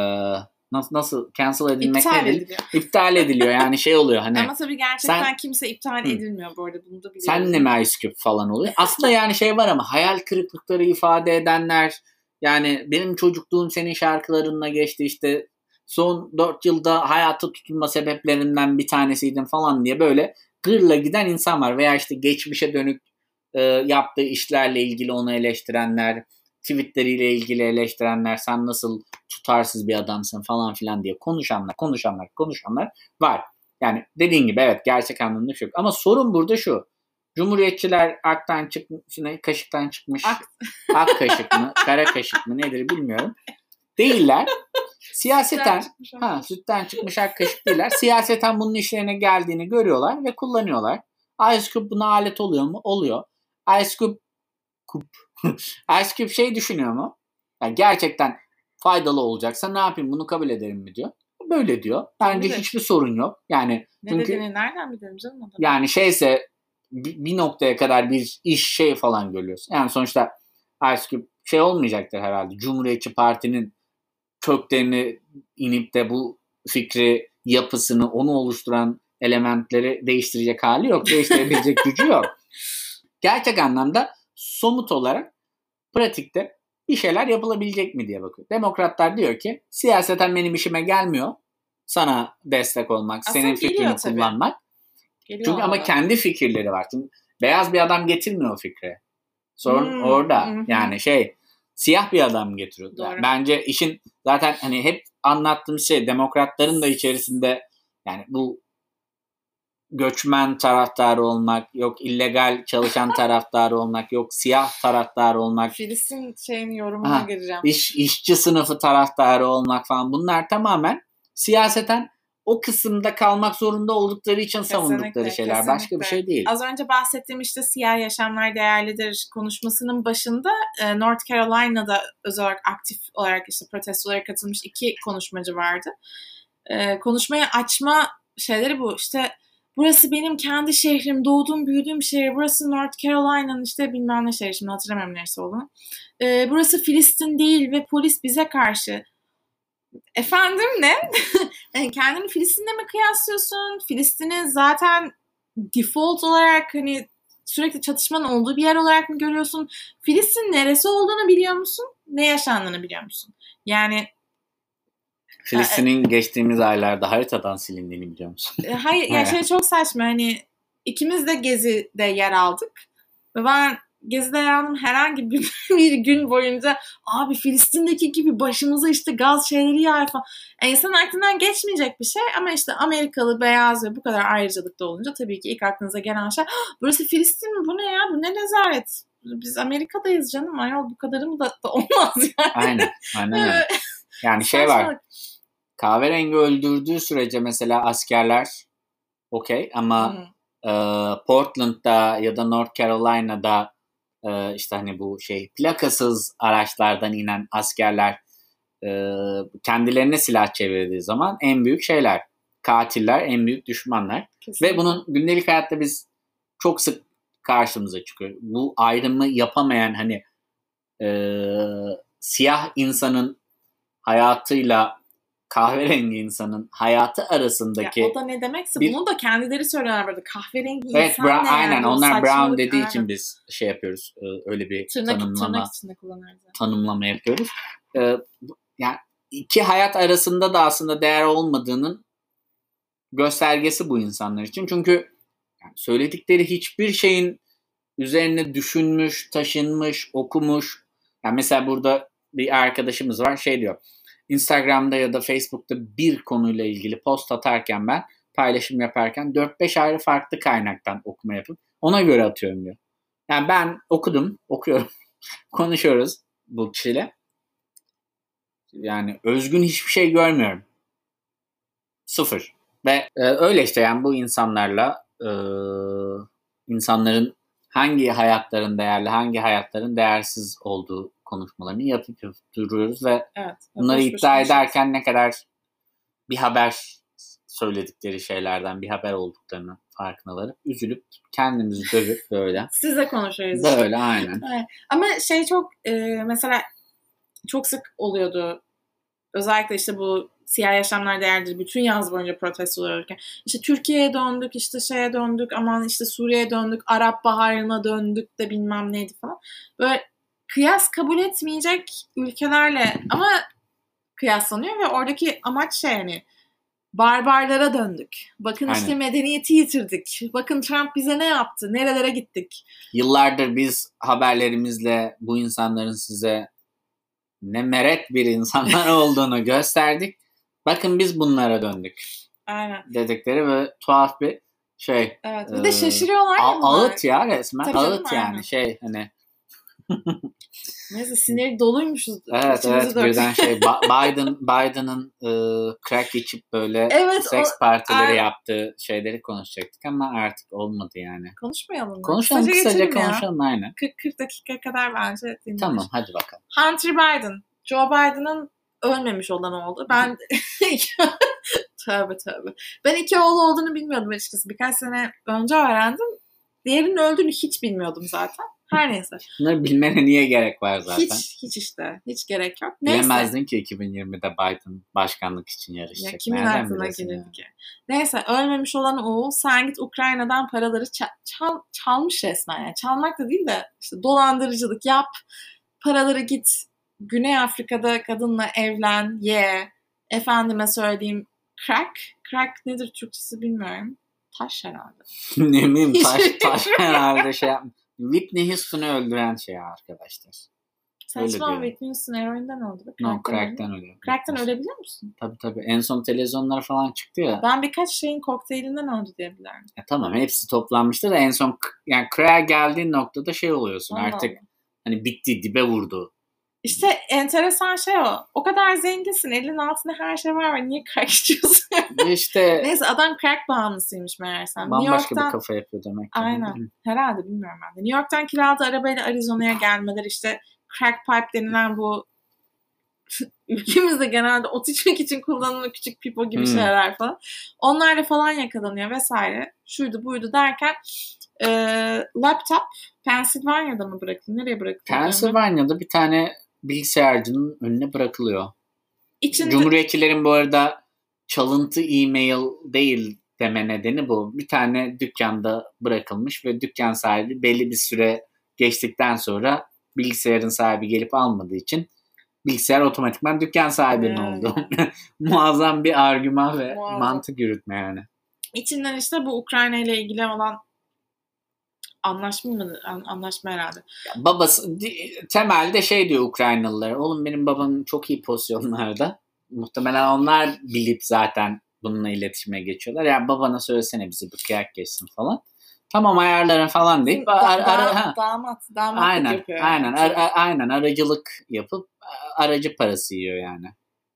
nasıl nasıl cancel edilmek İptal ne değil? ediliyor. İptal ediliyor. Yani şey oluyor hani. Ama tabii gerçekten sen, kimse iptal edilmiyor bu arada. Bunu da biliyoruz. Sen de mi Ice Cube falan oluyor? Aslında yani şey var ama hayal kırıklıkları ifade edenler yani benim çocukluğum senin şarkılarınla geçti işte son dört yılda hayata tutunma sebeplerinden bir tanesiydim falan diye böyle gırla giden insan var. Veya işte geçmişe dönük e, yaptığı işlerle ilgili onu eleştirenler, tweetleriyle ilgili eleştirenler, sen nasıl tutarsız bir adamsın falan filan diye konuşanlar, konuşanlar, konuşanlar var. Yani dediğin gibi evet gerçek anlamda bir şey yok. Ama sorun burada şu. Cumhuriyetçiler aktan çıkmış, kaşıktan çıkmış, ak, ak kaşık mı, kara kaşık mı nedir bilmiyorum. Değiller. Siyaseten, sütten çıkmış, ha, sütten çıkmış ak kaşık değiller. Siyaseten bunun işlerine geldiğini görüyorlar ve kullanıyorlar. Ice Cube buna alet oluyor mu? Oluyor. Ice Cube, Cube. Ice Cube şey düşünüyor mu? Yani gerçekten faydalı olacaksa ne yapayım bunu kabul ederim mi diyor. Böyle diyor. Bence evet. Hiçbir sorun yok. Yani ne çünkü, dediğini nereden bilelim canım? Yani şeyse bir, bir noktaya kadar bir iş şey falan görüyorsun. Yani sonuçta Ice Cube şey olmayacaktır herhalde. Cumhuriyetçi Parti'nin köklerini inip de bu fikri, yapısını, onu oluşturan elementleri değiştirecek hali yok. Değiştirebilecek gücü yok. Gerçek anlamda somut olarak pratikte bir şeyler yapılabilecek mi diye bakıyor. Demokratlar diyor ki siyaseten benim işime gelmiyor. Sana destek olmak, aslında senin fikrini tabii kullanmak. Geliyor Çünkü ama kendi fikirleri var. Çünkü beyaz bir adam getirmiyor o fikri. Sorun hmm, orada. Hmm. Yani şey, siyah bir adam getiriyor. Doğru. Bence işin zaten hani hep anlattığım şey, demokratların da içerisinde yani bu göçmen taraftarı olmak, yok illegal çalışan taraftarı olmak, yok siyah taraftarı olmak. Filistin şeyin yorumuna ha, gireceğim. Iş, işçi sınıfı taraftarı olmak falan, bunlar tamamen siyaseten o kısımda kalmak zorunda oldukları için kesinlikle, savundukları şeyler. Kesinlikle. Başka bir şey değil. Az önce bahsettiğim işte siyah yaşamlar değerlidir konuşmasının başında North Carolina'da özel olarak aktif olarak işte protestolara katılmış iki konuşmacı vardı. Konuşmayı açma şeyleri bu. İşte burası benim kendi şehrim, doğduğum büyüdüğüm şehir. Burası North Carolina'nın işte bilmem ne şehri, şimdi hatırlamıyorum neresi olduğunu. Burası Filistin değil ve polis bize karşı. Efendim ne? Yani kendini Filistin'le mi kıyaslıyorsun? Filistin'i zaten default olarak hani sürekli çatışmanın olduğu bir yer olarak mı görüyorsun? Filistin neresi olduğunu biliyor musun? Ne yaşandığını biliyor musun? Yani Filistin'in e, geçtiğimiz aylarda haritadan silindiğini biliyor musun? Hayır, yani şey çok saçma. Hani ikimiz de Gezi'de yer aldık ve ben Gezi'de yer aldım, herhangi bir, bir gün boyunca abi Filistin'deki gibi başımıza işte gaz şeyleri yağar falan. Yani insan aklından geçmeyecek bir şey ama işte Amerikalı, beyaz ve bu kadar ayrıcalıkta olunca tabii ki ilk aklınıza gelen şey burası Filistin mi? Bu ne ya? Bu ne nezaret? Biz Amerika'dayız canım. Ayol bu kadarı mı da, da olmaz yani. Aynen. Aynen öyle. Yani şey var. Kahverengi öldürdüğü sürece mesela askerler okey ama e, Portland'da ya da North Carolina'da e, işte hani bu şey plakasız araçlardan inen askerler e, kendilerine silah çevirdiği zaman en büyük şeyler, katiller, en büyük düşmanlar. Kesinlikle. Ve bunun gündelik hayatta biz çok sık karşımıza çıkıyor. Bu ayrımı yapamayan hani e, siyah insanın hayatıyla kahverengi insanın hayatı arasındaki... Ya o da ne demekse bir... bunu da kendileri söylüyorlar burada. Kahverengi evet, insan bra- ne aynen, yani? Onlar brown dediği aynen. için biz şey yapıyoruz. Öyle bir tırnak, tanımlama tırnak içinde kullanıyoruz. Tanımlama yapıyoruz. Ee, yani iki hayat arasında da aslında değer olmadığının göstergesi bu insanlar için. Çünkü yani söyledikleri hiçbir şeyin üzerine düşünmüş, taşınmış, okumuş. Yani mesela burada bir arkadaşımız var, şey diyor. Instagram'da ya da Facebook'ta bir konuyla ilgili post atarken ben paylaşım yaparken dört beş ayrı farklı kaynaktan okuma yapıp ona göre atıyorum diyor. Yani ben okudum, okuyorum, konuşuyoruz bu kişiyle. Yani özgün hiçbir şey görmüyorum. Sıfır. Ve e, öyle işte yani bu insanlarla e, insanların hangi hayatların değerli, hangi hayatların değersiz olduğu konuşmalarını yapıp yapıp duruyoruz ve evet, bunları iddia ederken ne kadar bir haber söyledikleri şeylerden bir haber olduklarını farkına varıp üzülüp kendimizi dövüp böyle. Sizle konuşuyoruz işte. Böyle aynen. Evet. Ama şey çok e, mesela çok sık oluyordu. Özellikle işte bu siyah yaşamlar değerlidir. Bütün yaz boyunca protestolar olurken. İşte Türkiye'ye döndük, işte şeye döndük, aman işte Suriye'ye döndük, Arap Baharı'na döndük de bilmem neydi falan. Böyle kıyas kabul etmeyecek ülkelerle ama kıyaslanıyor ve oradaki amaç şey hani barbarlara döndük. Bakın aynen. işte medeniyeti yitirdik. Bakın Trump bize ne yaptı? Nerelere gittik? Yıllardır biz haberlerimizle bu insanların size ne meret bir insanlar olduğunu gösterdik. Bakın biz bunlara döndük. Aynen. Dedikleri ve tuhaf bir şey. Evet. Bir e, de şaşırıyorlar ya bunlar. Ağıt ya resmen. Tabii ağıt yani aynen. Şey hani. Neyse sinir doluymuşuz. Evet evet birden şey Biden Biden'ın e, crack içip böyle evet, seks o, partileri aynen. yaptığı şeyleri konuşacaktık ama artık olmadı yani. Konuşmayalım mı? Konuşalım kısaca, kısaca konuşalım ya. Aynen. kırk kırk dakika kadar bence dinlemiş. Tamam hadi bakalım. Hunter Biden. Joe Biden'ın ölmemiş olan oldu. Ben tövbe tövbe. Ben iki oğlu olduğunu bilmiyordum açıkçası. Birkaç sene önce öğrendim. Diğerinin öldüğünü hiç bilmiyordum zaten. Her neyse. Bunları bilmene niye gerek var zaten? Hiç, hiç işte. Hiç gerek yok. Neyse. Bilemezdin ki iki bin yirmide Biden başkanlık için yarışacak. Ya kimin Nereden aklına gelir ki? Neyse, ölmemiş olan oğul sen git Ukrayna'dan paraları çal, çal, çalmış resmen. Yani çalmak da değil de işte dolandırıcılık yap. Paraları git Güney Afrika'da kadınla evlen, ye. Efendime söyleyeyim crack. Crack nedir Türkçesi bilmiyorum. Taş herhalde. Ne bileyim taş, taş herhalde şey yapmış. Whitney Houston'u öldüren şey arkadaşlar. Saçma, Whitney Houston eroinden öldü. No, crack'ten ölüyor. Crack'ten ölebiliyor musun? Tabii tabii. En son televizyonlar falan çıktı ya. Ben birkaç şeyin kokteylinden öldü diyebilirim. Ya tamam, hepsi toplanmıştı da en son yani crack'a geldiğin noktada şey oluyorsun. Allah artık Allah. Hani bitti, dibe vurdu. İşte enteresan şey o. O kadar zenginsin. Elinin altında her şey var ve niye crack içiyorsun? İşte. Neyse, adam crack bağımlısıymış meğersem. Bambaşka bir kafa yapıyor demek ki. Aynen. Herhalde, bilmiyorum ben de. New York'tan kiraladığı arabayla Arizona'ya gelmeler, işte crack pipe denilen bu ülkemizde genelde ot içmek için kullanılan küçük pipo gibi hmm. şeyler falan. Onlarla falan yakalanıyor vesaire. Şuydu buydu derken e, laptop Pennsylvania'da mı bırakılıyor? Nereye bırakılıyor? Pennsylvania'da bir tane bilgisayarcının önüne bırakılıyor. İçinde... Cumhuriyetçilerin bu arada çalıntı e-mail değil deme nedeni bu. Bir tane dükkanda bırakılmış ve dükkan sahibi belli bir süre geçtikten sonra bilgisayarın sahibi gelip almadığı için bilgisayar otomatikman dükkan sahibinin hmm. oldu. Muazzam bir argüman ve Muazzam. mantık yürütme yani. İçinden işte bu Ukrayna ile ilgili olan anlaşma mı? Anlaşma herhalde. Ya babası temelde şey diyor Ukraynalılar. Oğlum benim babam çok iyi pozisyonlarda. Muhtemelen onlar bilip zaten bununla iletişime geçiyorlar. Ya yani babana söylesene bizi bir kıyak geçsin falan. Tamam ayarların falan deyip da, ar, ar, da, damat damat aynen, yapıyor. Aynen ar, ar, aynen aracılık yapıp aracı parası yiyor yani.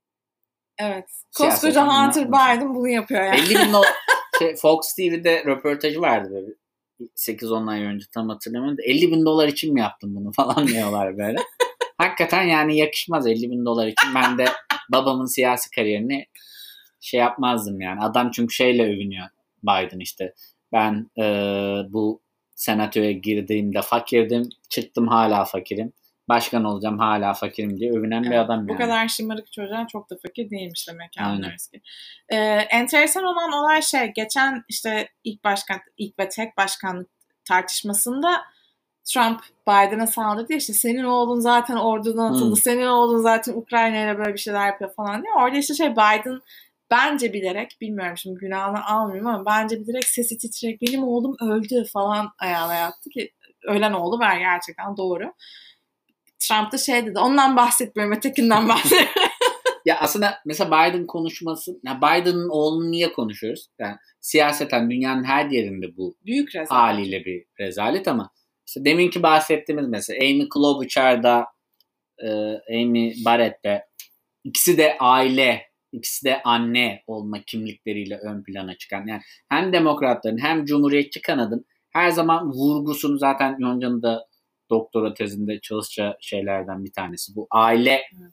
Evet. Koskoca Hunter Biden bunu yapıyor yani. elli bin dolar şey, Fox T V'de röportajı vardı böyle sekiz on ay önce, tam hatırlamıyorum da elli bin dolar için mi yaptın bunu falan diyorlar böyle. Hakikaten yani yakışmaz elli bin dolar için. Ben de babamın siyasi kariyerini şey yapmazdım yani. Adam çünkü şeyle övünüyor Biden işte. Ben e, bu senatoya girdiğimde fakirdim. Çıktım hala fakirim. Başkan olacağım hala fakirim diye övünen evet, bir adam yani. Bu kadar şımarık çocuğa çok da fakir değilmiş demek ki, anlıyoruz ki. Ee, enteresan olan olay şey, geçen işte ilk başkan, ilk ve tek başkanlık tartışmasında Trump Biden'a saldırdı, işte senin oğlun zaten ordudan atıldı, hmm. senin oğlun zaten Ukrayna'yla böyle bir şeyler yapıyor falan diye. Orada işte şey Biden bence bilerek, bilmiyorum şimdi günahını almayayım ama bence bilerek sesi titreyerek benim oğlum öldü falan ayağına yattı ki ölen oğlu var gerçekten, doğru. Trump da şey dedi, ondan bahsetmiyorum, ötekinden bahsediyorum. Ya aslında mesela Biden konuşması, ya Biden'ın oğlunu niye konuşuyoruz? Yani siyaseten dünyanın her yerinde bu büyük rezalet, haliyle bir rezalet ama işte deminki bahsettiğimiz mesela Amy Klobuchar'da, e, Amy Barrett'te ikisi de aile, ikisi de anne olma kimlikleriyle ön plana çıkan, yani hem demokratların hem cumhuriyetçi kanadın her zaman vurgusunu, zaten Yonca'nın da doktora tezinde çalışacağı şeylerden bir tanesi bu aile evet.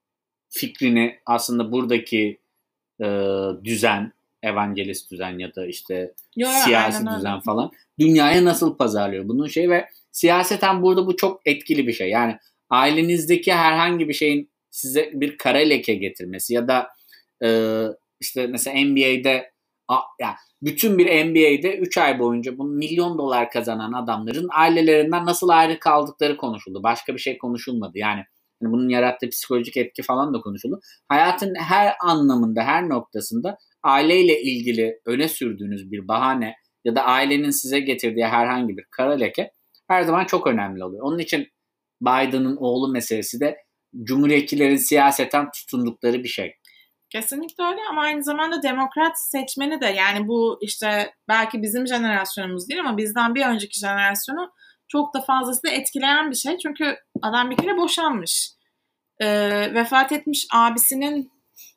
fikrini aslında buradaki e, düzen, evangelist düzen ya da işte Yo, siyasi aynen, düzen aynen. falan dünyaya nasıl pazarlıyor bunun şey ve siyaseten burada bu çok etkili bir şey. Yani ailenizdeki herhangi bir şeyin size bir kara leke getirmesi ya da e, işte mesela N B A'de a, yani bütün bir N B A'de üç ay boyunca bunu milyon dolar kazanan adamların ailelerinden nasıl ayrı kaldıkları konuşuldu. Başka bir şey konuşulmadı. Yani, yani bunun yarattığı psikolojik etki falan da konuşuldu. Hayatın her anlamında, her noktasında aileyle ilgili öne sürdüğünüz bir bahane ya da ailenin size getirdiği herhangi bir kara leke her zaman çok önemli oluyor. Onun için Biden'ın oğlu meselesi de Cumhuriyetçilerin siyaseten tutundukları bir şey. Kesinlikle öyle ama aynı zamanda demokrat seçmeni de, yani bu işte belki bizim jenerasyonumuz değil ama bizden bir önceki jenerasyonu çok da fazlasıyla etkileyen bir şey. Çünkü adam bir kere boşanmış. Ee, vefat etmiş abisinin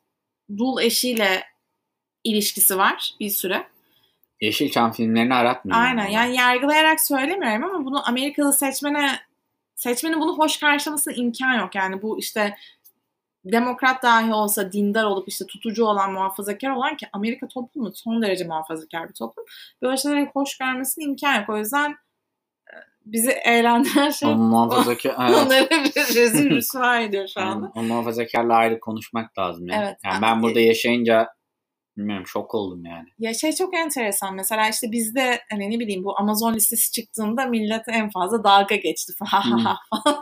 dul eşiyle ilişkisi var bir süre. Yeşilçam filmlerini aratmıyor. Aynen yani, yani yargılayarak söylemiyorum ama bunu Amerikalı seçmene seçmenin bunu hoş karşılamasına imkan yok. Yani bu işte demokrat dahi olsa dindar olup işte tutucu olan, muhafazakar olan, ki Amerika toplumu son derece muhafazakar bir toplum. Böyle şeyleri hoş görmesine imkan yok. O yüzden bizi eğlendiren şey muhafazakar, evet. onları rezil rüsva ediyor şu anda. Yani, o muhafazakarla ayrı konuşmak lazım. Yani. Evet. Yani ben burada yaşayınca bilmiyorum, şok oldum yani. Ya şey çok enteresan. Mesela işte bizde hani ne bileyim bu Amazon listesi çıktığında millet en fazla dalga geçti falan.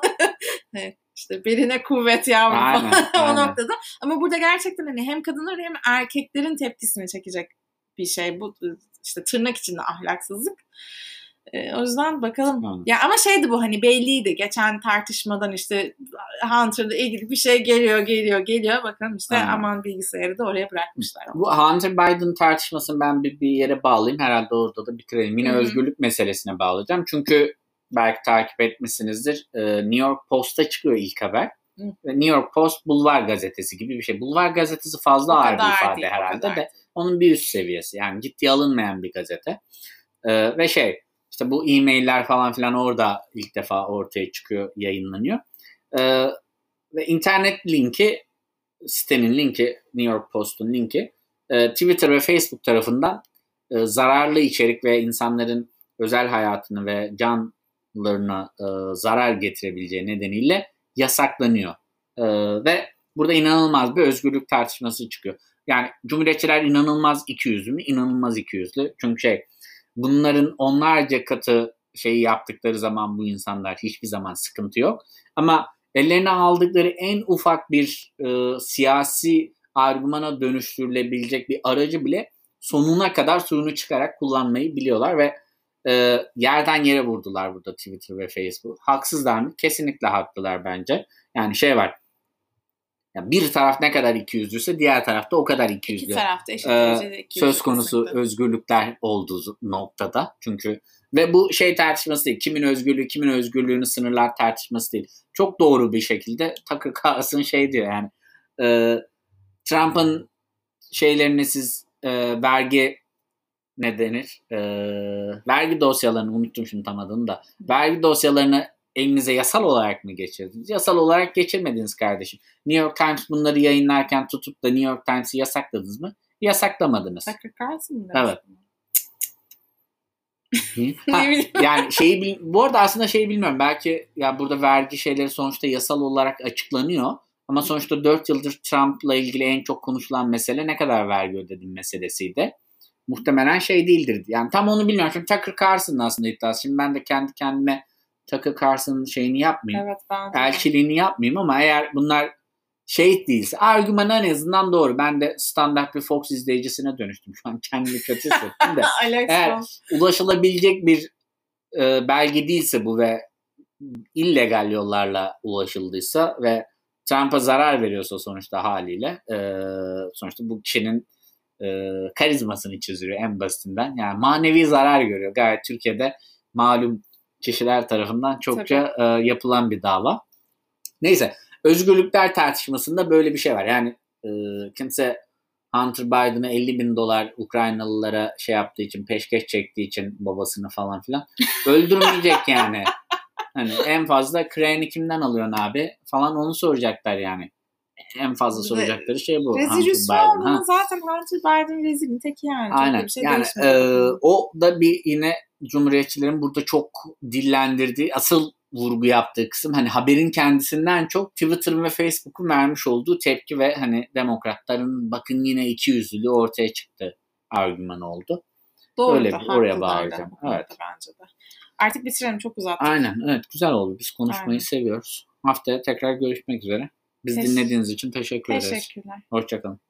Evet, işte beline kuvvet yavrum aynen, falan o aynen. noktada. Ama burada gerçekten hani hem kadınların hem erkeklerin tepkisini çekecek bir şey bu, işte tırnak içinde ahlaksızlık. Ee, o yüzden bakalım. Hmm. Ya ama şeydi bu, hani belliydi. Geçen tartışmadan işte Hunter'la ilgili bir şey geliyor, geliyor, geliyor. Bakalım işte hmm. aman bilgisayarı da oraya bırakmışlar. Bu Hunter Biden tartışmasını ben bir, bir yere bağlayayım. Herhalde orada da bitirelim. Yine Hı-hı. özgürlük meselesine bağlayacağım. Çünkü belki takip etmişsinizdir. New York Post'ta çıkıyor ilk haber. Hı. New York Post Bulvar gazetesi gibi bir şey. Bulvar gazetesi fazla o ağır bir ifade değil, herhalde de. Onun bir üst seviyesi. Yani ciddiye alınmayan bir gazete. Ee, ve şey işte bu e-mailler falan filan orada ilk defa ortaya çıkıyor, yayınlanıyor. Ee, ve internet linki, sitenin linki, New York Post'un linki e, Twitter ve Facebook tarafından e, zararlı içerik ve insanların özel hayatını ve canlarına e, zarar getirebileceği nedeniyle yasaklanıyor. E, ve burada inanılmaz bir özgürlük tartışması çıkıyor. Yani Cumhuriyetçiler inanılmaz ikiyüzlü mü? İnanılmaz ikiyüzlü. Çünkü şey, bunların onlarca katı şeyi yaptıkları zaman bu insanlar hiçbir zaman sıkıntı yok. Ama ellerine aldıkları en ufak bir e, siyasi argümana dönüştürülebilecek bir aracı bile sonuna kadar suyunu çıkarak kullanmayı biliyorlar ve e, yerden yere vurdular burada Twitter ve Facebook. Haksızlar mı? Kesinlikle haklılar bence. Yani şey var. Yani bir taraf ne kadar ikiyüzlüyse diğer tarafta o kadar ikiyüzlü. İki tarafta eşit derecede ikiyüzlü. Söz konusu kesinlikle özgürlükler olduğu noktada. Çünkü ve bu şey tartışması değil. Kimin özgürlüğü, kimin özgürlüğünü sınırlar tartışması değil. Çok doğru bir şekilde Tucker Carlson şey diyor yani. E, Trump'ın şeylerini siz e, vergi ne denir? E, vergi dosyalarını unuttum şimdi tam adını da. Vergi dosyalarını elinize yasal olarak mı geçirdiniz? Yasal olarak geçirmediniz kardeşim. New York Times bunları yayınlarken tutup da New York Times'ı yasakladınız mı? Yasaklamadınız. Tucker Carlson mı? Evet. ha, yani şeyi bu arada aslında şeyi bilmiyorum. Belki ya burada vergi şeyleri sonuçta yasal olarak açıklanıyor. Ama sonuçta dört yıldır Trump'la ilgili en çok konuşulan mesele ne kadar vergi ödedim meselesiydi. Muhtemelen şey değildir. Yani tam onu bilmiyorum. Çünkü Tucker Carlson'ın aslında iddiası. Şimdi ben de kendi kendime Tucker Carlson'ın şeyini yapmayayım. Evet, ben de. Elçiliğini yapmayayım ama eğer bunlar şey değilse argüman en azından doğru. Ben de standart bir Fox izleyicisine dönüştüm. Şu an kendimi kötü hissettim de. Eğer ulaşılabilecek bir e, belge değilse bu ve illegal yollarla ulaşıldıysa ve Trump'a zarar veriyorsa sonuçta haliyle e, sonuçta bu kişinin e, karizmasını çiziyor en basitinden. Yani manevi zarar görüyor. Gayet Türkiye'de malum kişiler tarafından çokça e, yapılan bir dava. Neyse, özgürlükler tartışmasında böyle bir şey var. Yani e, kimse Hunter Biden'a elli bin dolar Ukraynalılara şey yaptığı için, peşkeş çektiği için babasını falan filan öldürmeyecek yani. Hani en fazla Crane'i kimden alıyorsun abi falan onu soracaklar yani. En fazla soracakları şey bu. Rezil rüsva olduğunu zaten Hunter Biden rezilin teki yani. Aynen. Bir şey yani e, o da bir yine Cumhuriyetçilerin burada çok dillendirdiği, asıl vurgu yaptığı kısım hani haberin kendisinden çok Twitter'ın ve Facebook'un vermiş olduğu tepki ve hani demokratların bakın yine ikiyüzlülüğü ortaya çıktı argümanı oldu. Doğru. Öyle bir oraya bağlayacağım. Evet. Bence de. Artık bitirelim, çok uzattık. Aynen, evet, güzel oldu. Biz konuşmayı Aynen. seviyoruz. Haftaya tekrar görüşmek üzere. Biz Teş- dinlediğiniz için teşekkür ederiz. Teşekkürler. Hoşçakalın.